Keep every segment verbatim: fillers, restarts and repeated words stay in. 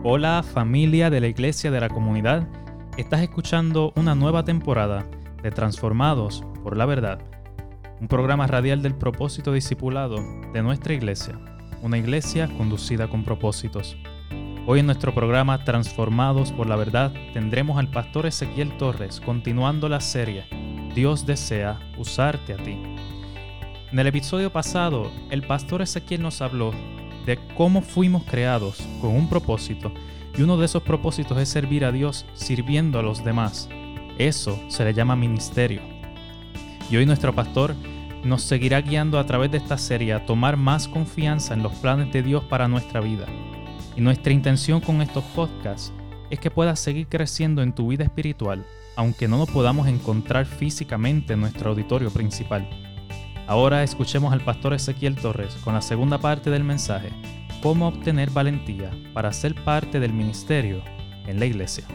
Hola familia de la Iglesia de la Comunidad, estás escuchando una nueva temporada de Transformados por la Verdad, un programa radial del propósito discipulado de nuestra iglesia, una iglesia conducida con propósitos. Hoy en nuestro programa Transformados por la Verdad tendremos al pastor Ezequiel Torres continuando la serie Dios desea usarte a ti. En el episodio pasado, el pastor Ezequiel nos habló de cómo fuimos creados con un propósito, y uno de esos propósitos es servir a Dios sirviendo a los demás. Eso se le llama ministerio. Y hoy nuestro pastor nos seguirá guiando a través de esta serie a tomar más confianza en los planes de Dios para nuestra vida. Y nuestra intención con estos podcasts es que puedas seguir creciendo en tu vida espiritual, aunque no nos podamos encontrar físicamente en nuestro auditorio principal. Ahora escuchemos al pastor Ezequiel Torres con la segunda parte del mensaje, cómo obtener valentía para ser parte del ministerio en la iglesia.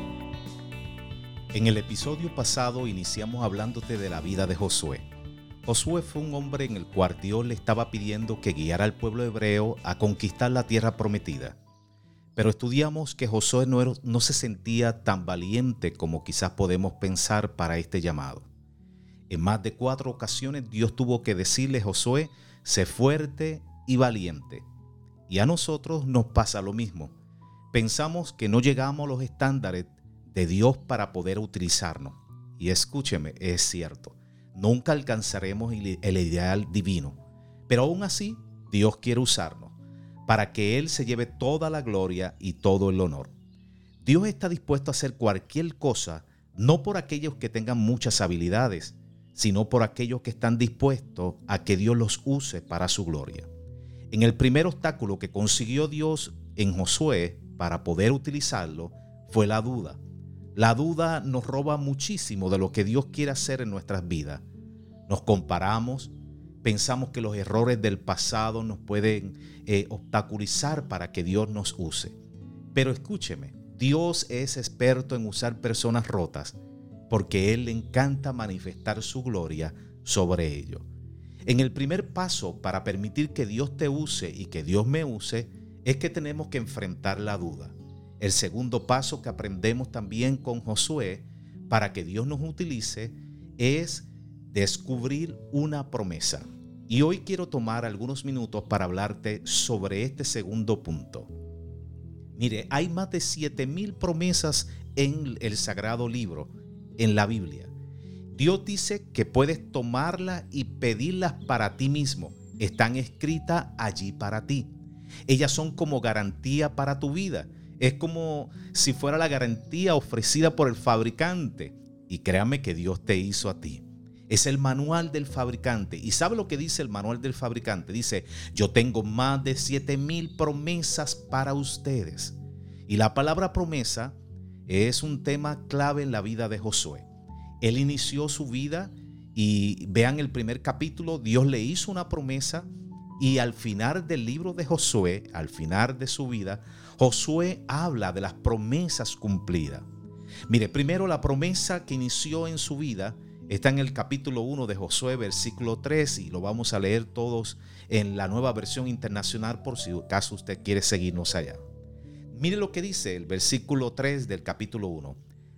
En el episodio pasado iniciamos hablándote de la vida de Josué. Josué fue un hombre en el cual Dios le estaba pidiendo que guiara al pueblo hebreo a conquistar la tierra prometida. Pero estudiamos que Josué no, era, no se sentía tan valiente como quizás podemos pensar para este llamado. En más de cuatro ocasiones Dios tuvo que decirle a Josué, sé fuerte y valiente. Y a nosotros nos pasa lo mismo. Pensamos que no llegamos a los estándares de Dios para poder utilizarnos. Y escúcheme, es cierto, nunca alcanzaremos el ideal divino. Pero aún así, Dios quiere usarnos para que Él se lleve toda la gloria y todo el honor. Dios está dispuesto a hacer cualquier cosa, no por aquellos que tengan muchas habilidades, sino por aquellos que están dispuestos a que Dios los use para su gloria. En el primer obstáculo que consiguió Dios en Josué para poder utilizarlo fue la duda. La duda nos roba muchísimo de lo que Dios quiere hacer en nuestras vidas. Nos comparamos, pensamos que los errores del pasado nos pueden eh, obstaculizar para que Dios nos use. Pero escúcheme, Dios es experto en usar personas rotas, porque Él le encanta manifestar su gloria sobre ellos. En el primer paso para permitir que Dios te use y que Dios me use, es que tenemos que enfrentar la duda. El segundo paso que aprendemos también con Josué para que Dios nos utilice es descubrir una promesa. Y hoy quiero tomar algunos minutos para hablarte sobre este segundo punto. Mire, hay más de siete mil promesas en el Sagrado Libro, en la Biblia. Dios dice que puedes tomarlas y pedirlas para ti mismo. Están escritas allí para ti. Ellas son como garantía para tu vida. Es como si fuera la garantía ofrecida por el fabricante. Y créame que Dios te hizo a ti. Es el manual del fabricante. ¿Y sabe lo que dice el manual del fabricante? Dice, yo tengo más de siete mil promesas para ustedes. Y la palabra promesa es un tema clave en la vida de Josué. Él inició su vida y vean el primer capítulo, Dios le hizo una promesa y al final del libro de Josué, al final de su vida, Josué habla de las promesas cumplidas. Mire, primero la promesa que inició en su vida está en el capítulo uno de Josué, versículo tres, y lo vamos a leer todos en la Nueva Versión Internacional por si acaso usted quiere seguirnos allá. Mire lo que dice el versículo tres del capítulo uno.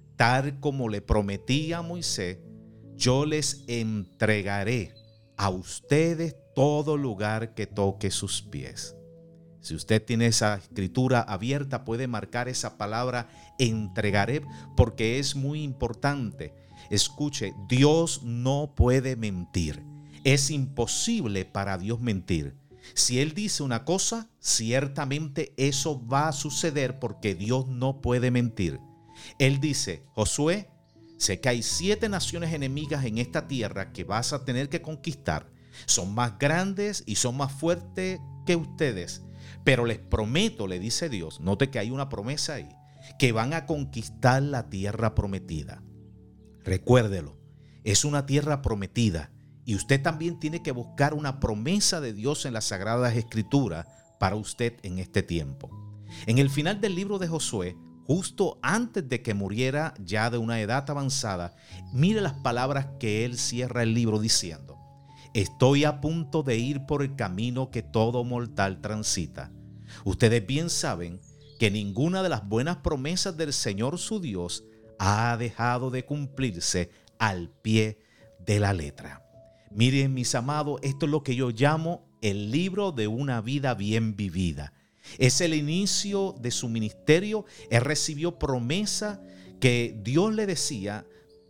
Tal como le prometí a Moisés, yo les entregaré a ustedes todo lugar que toque sus pies. Si usted tiene esa escritura abierta, puede marcar esa palabra entregaré porque es muy importante. Escuche, Dios no puede mentir. Es imposible para Dios mentir. Si Él dice una cosa, ciertamente eso va a suceder porque Dios no puede mentir. Él dice, Josué, sé que hay siete naciones enemigas en esta tierra que vas a tener que conquistar. Son más grandes y son más fuertes que ustedes. Pero les prometo, le dice Dios, note que hay una promesa ahí, que van a conquistar la tierra prometida. Recuérdelo, es una tierra prometida. Y usted también tiene que buscar una promesa de Dios en las Sagradas Escrituras para usted en este tiempo. En el final del libro de Josué, justo antes de que muriera ya de una edad avanzada, mire las palabras que él cierra el libro diciendo: estoy a punto de ir por el camino que todo mortal transita. Ustedes bien saben que ninguna de las buenas promesas del Señor su Dios ha dejado de cumplirse al pie de la letra. Miren, mis amados, esto es lo que yo llamo el libro de una vida bien vivida. Es el inicio de su ministerio. Él recibió promesa que Dios le decía,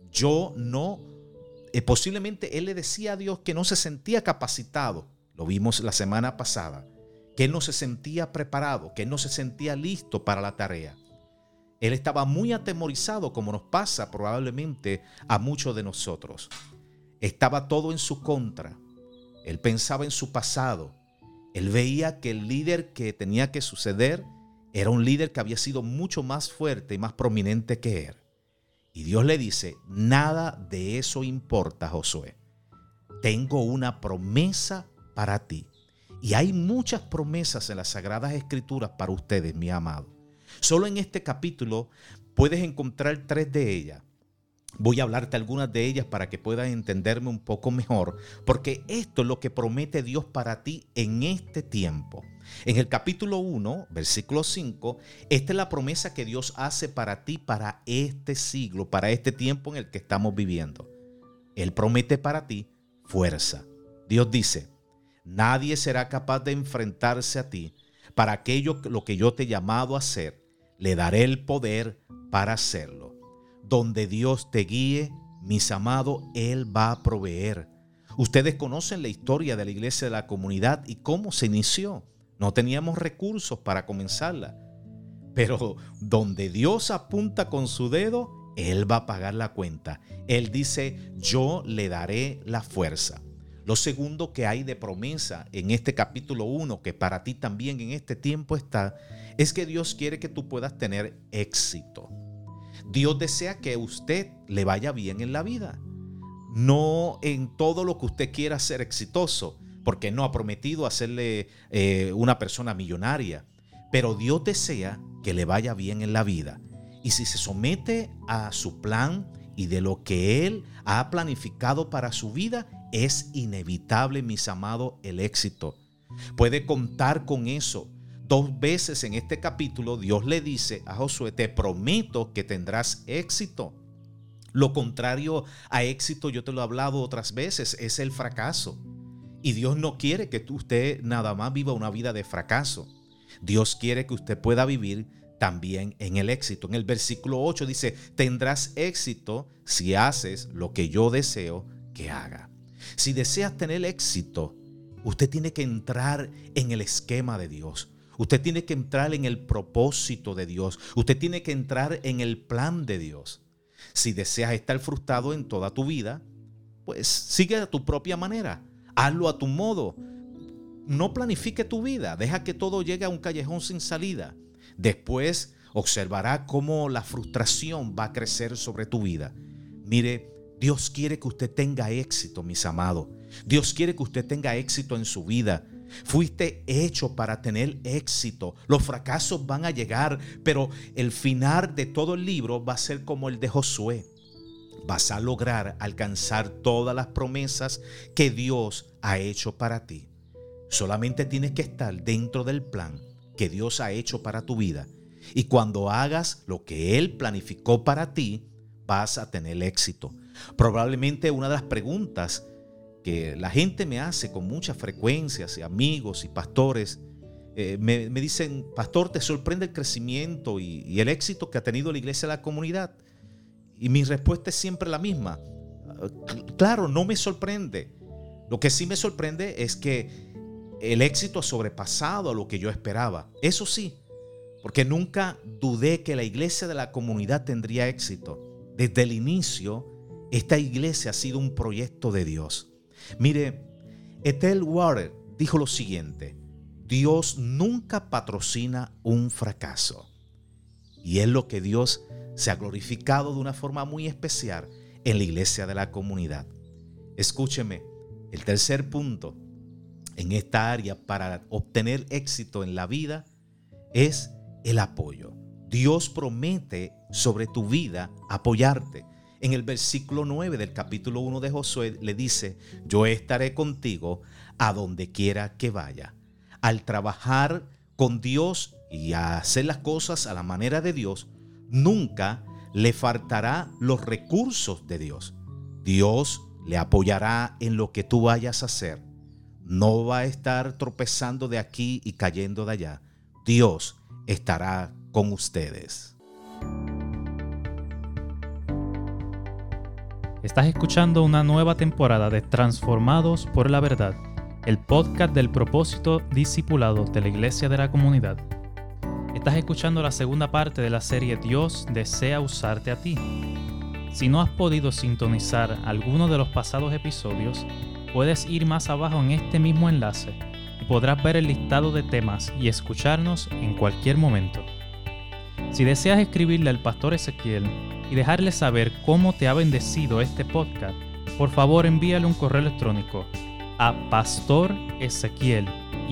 yo no, eh, posiblemente él le decía a Dios que no se sentía capacitado. Lo vimos la semana pasada, que él no se sentía preparado, que él no se sentía listo para la tarea. Él estaba muy atemorizado, como nos pasa probablemente a muchos de nosotros. Estaba todo en su contra. Él pensaba en su pasado. Él veía que el líder que tenía que suceder era un líder que había sido mucho más fuerte y más prominente que él. Y Dios le dice, nada de eso importa, Josué. Tengo una promesa para ti. Y hay muchas promesas en las Sagradas Escrituras para ustedes, mi amado. Solo en este capítulo puedes encontrar tres de ellas. Voy a hablarte algunas de ellas para que puedas entenderme un poco mejor, porque esto es lo que promete Dios para ti en este tiempo. En el capítulo uno, versículo cinco, esta es la promesa que Dios hace para ti para este siglo, para este tiempo en el que estamos viviendo. Él promete para ti fuerza. Dios dice, nadie será capaz de enfrentarse a ti. Para aquello lo que yo te he llamado a hacer, le daré el poder para hacerlo. Donde Dios te guíe, mis amados, Él va a proveer. Ustedes conocen la historia de la iglesia de la comunidad y cómo se inició. No teníamos recursos para comenzarla. Pero donde Dios apunta con su dedo, Él va a pagar la cuenta. Él dice, yo le daré la fuerza. Lo segundo que hay de promesa en este capítulo uno, que para ti también en este tiempo está, es que Dios quiere que tú puedas tener éxito. Dios desea que a usted le vaya bien en la vida. No en todo lo que usted quiera ser exitoso, porque no ha prometido hacerle eh, una persona millonaria. Pero Dios desea que le vaya bien en la vida. Y si se somete a su plan y de lo que Él ha planificado para su vida, es inevitable, mis amados, el éxito. Puede contar con eso. Dos veces en este capítulo Dios le dice a Josué, te prometo que tendrás éxito. Lo contrario a éxito, yo te lo he hablado otras veces, es el fracaso. Y Dios no quiere que usted nada más viva una vida de fracaso. Dios quiere que usted pueda vivir también en el éxito. En el versículo ocho dice, tendrás éxito si haces lo que yo deseo que haga. Si deseas tener éxito, usted tiene que entrar en el esquema de Dios. Usted tiene que entrar en el propósito de Dios. Usted tiene que entrar en el plan de Dios. Si deseas estar frustrado en toda tu vida, pues sigue a tu propia manera. Hazlo a tu modo. No planifique tu vida. Deja que todo llegue a un callejón sin salida. Después observará cómo la frustración va a crecer sobre tu vida. Mire, Dios quiere que usted tenga éxito, mis amados. Dios quiere que usted tenga éxito en su vida. Fuiste hecho para tener éxito. Los fracasos van a llegar, pero el final de todo el libro va a ser como el de Josué. Vas a lograr alcanzar todas las promesas que Dios ha hecho para ti. Solamente tienes que estar dentro del plan que Dios ha hecho para tu vida. Y cuando hagas lo que Él planificó para ti, vas a tener éxito. Probablemente una de las preguntas que la gente me hace con mucha frecuencia, y amigos y pastores, eh, me, me dicen, pastor, ¿te sorprende el crecimiento y, y el éxito que ha tenido la iglesia de la comunidad? Y mi respuesta es siempre la misma. Claro, no me sorprende. Lo que sí me sorprende es que el éxito ha sobrepasado a lo que yo esperaba. Eso sí, porque nunca dudé que la iglesia de la comunidad tendría éxito. Desde el inicio, esta iglesia ha sido un proyecto de Dios. Mire, Ethel Warren dijo lo siguiente: Dios nunca patrocina un fracaso. Y es lo que Dios se ha glorificado de una forma muy especial en la iglesia de la comunidad. Escúcheme, el tercer punto en esta área para obtener éxito en la vida es el apoyo. Dios promete sobre tu vida apoyarte. En el versículo nueve del capítulo uno de Josué le dice, yo estaré contigo a donde quiera que vaya. Al trabajar con Dios y a hacer las cosas a la manera de Dios, nunca le faltará los recursos de Dios. Dios le apoyará en lo que tú vayas a hacer. No va a estar tropezando de aquí y cayendo de allá. Dios estará con ustedes. Estás escuchando una nueva temporada de Transformados por la Verdad, el podcast del propósito discipulado de la Iglesia de la Comunidad. Estás escuchando la segunda parte de la serie Dios desea usarte a ti. Si no has podido sintonizar alguno de los pasados episodios, puedes ir más abajo en este mismo enlace y podrás ver el listado de temas y escucharnos en cualquier momento. Si deseas escribirle al pastor Ezequiel y dejarle saber cómo te ha bendecido este podcast, por favor envíale un correo electrónico a pastorezequiel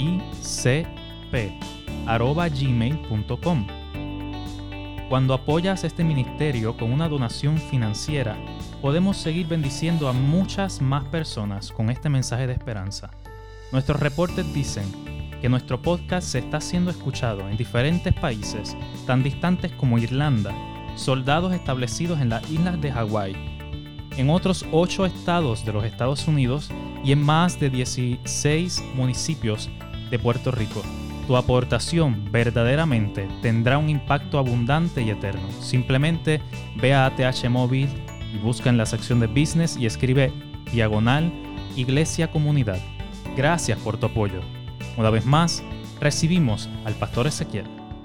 arroba gmail punto com. Cuando apoyas este ministerio con una donación financiera, podemos seguir bendiciendo a muchas más personas con este mensaje de esperanza. Nuestros reportes dicen que nuestro podcast se está siendo escuchado en diferentes países tan distantes como Irlanda, soldados establecidos en las islas de Hawái, en otros ocho estados de los Estados Unidos y en más de dieciséis municipios de Puerto Rico. Tu aportación verdaderamente tendrá un impacto abundante y eterno. Simplemente ve a A T H Móvil y busca en la sección de Business y escribe diagonal Iglesia Comunidad. Gracias por tu apoyo. Una vez más, recibimos al pastor Ezequiel.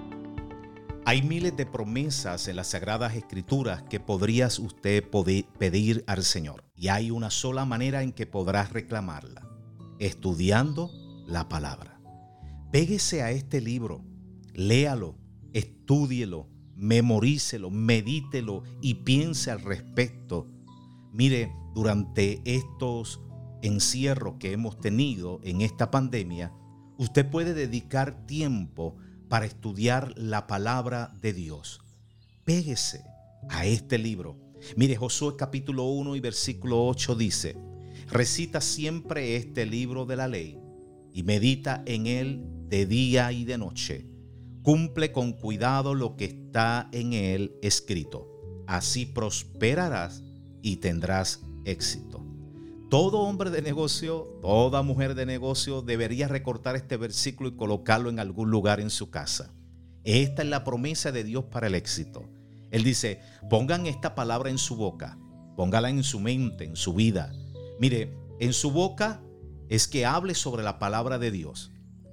Hay miles de promesas en las Sagradas Escrituras que podrías usted poder pedir al Señor. Y hay una sola manera en que podrás reclamarla: estudiando la palabra. Péguese a este libro, léalo, estúdielo, memorícelo, medítelo y piense al respecto. Mire, durante estos encierros que hemos tenido en esta pandemia, usted puede dedicar tiempo para estudiar la palabra de Dios. Péguese a este libro. Mire, Josué capítulo uno y versículo ocho dice: recita siempre este libro de la ley y medita en él de día y de noche. Cumple con cuidado lo que está en él escrito. Así prosperarás y tendrás éxito. Todo hombre de negocio, toda mujer de negocio debería recortar este versículo y colocarlo en algún lugar en su casa. Esta es la promesa de Dios para el éxito. Él dice: pongan esta palabra en su boca, póngala en su mente, en su vida. Mire, en su boca es que hable sobre la palabra de Dios.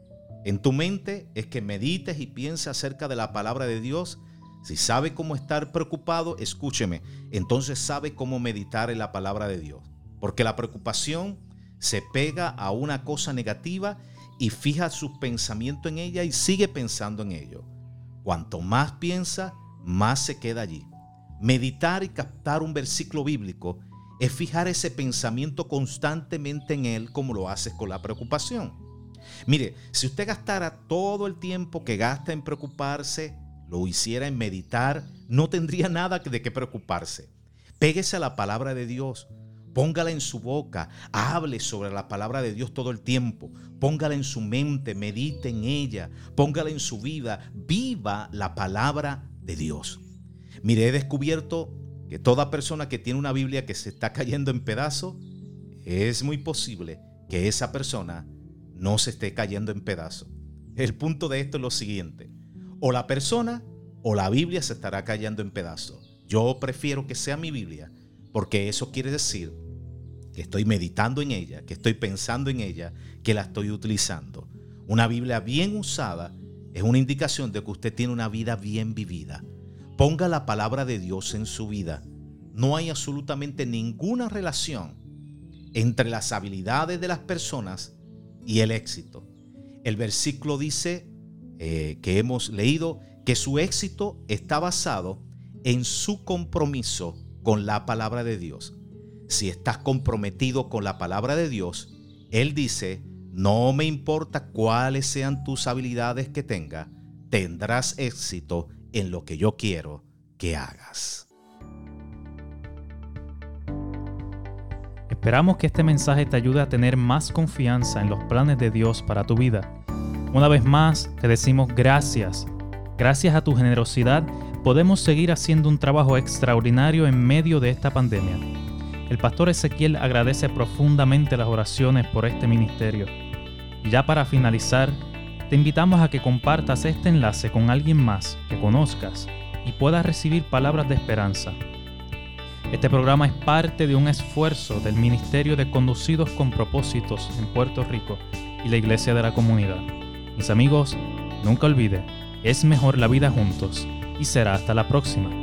En tu mente es que medites y pienses acerca de la palabra de Dios. Si sabe cómo estar preocupado, escúcheme, entonces sabe cómo meditar en la palabra de Dios. Porque la preocupación se pega a una cosa negativa y fija sus pensamientos en ella y sigue pensando en ello. Cuanto más piensa, más se queda allí. Meditar y captar un versículo bíblico es fijar ese pensamiento constantemente en él, como lo haces con la preocupación. Mire, si usted gastara todo el tiempo que gasta en preocuparse, lo hiciera en meditar, no tendría nada de qué preocuparse. Péguese a la palabra de Dios, póngala en su boca, hable sobre la palabra de Dios todo el tiempo, póngala en su mente, medite en ella, póngala en su vida, viva la palabra de Dios. Mire, he descubierto que toda persona que tiene una Biblia que se está cayendo en pedazos, es muy posible que esa persona no se esté cayendo en pedazos. El punto de esto es lo siguiente: o la persona o la Biblia se estará cayendo en pedazos. Yo prefiero que sea mi Biblia, porque eso quiere decir que estoy meditando en ella, que estoy pensando en ella, que la estoy utilizando. Una Biblia bien usada es una indicación de que usted tiene una vida bien vivida. Ponga la palabra de Dios en su vida. No hay absolutamente ninguna relación entre las habilidades de las personas y el éxito. El versículo dice eh, que hemos leído que su éxito está basado en su compromiso con la palabra de Dios. Si estás comprometido con la palabra de Dios, Él dice: no me importa cuáles sean tus habilidades que tengas, tendrás éxito en lo que yo quiero que hagas. Esperamos que este mensaje te ayude a tener más confianza en los planes de Dios para tu vida. Una vez más, te decimos gracias. Gracias a tu generosidad, podemos seguir haciendo un trabajo extraordinario en medio de esta pandemia. El pastor Ezequiel agradece profundamente las oraciones por este ministerio. Y ya para finalizar, te invitamos a que compartas este enlace con alguien más que conozcas y puedas recibir palabras de esperanza. Este programa es parte de un esfuerzo del Ministerio de Conducidos con Propósitos en Puerto Rico y la Iglesia de la Comunidad. Mis amigos, nunca olvide, es mejor la vida juntos y será hasta la próxima.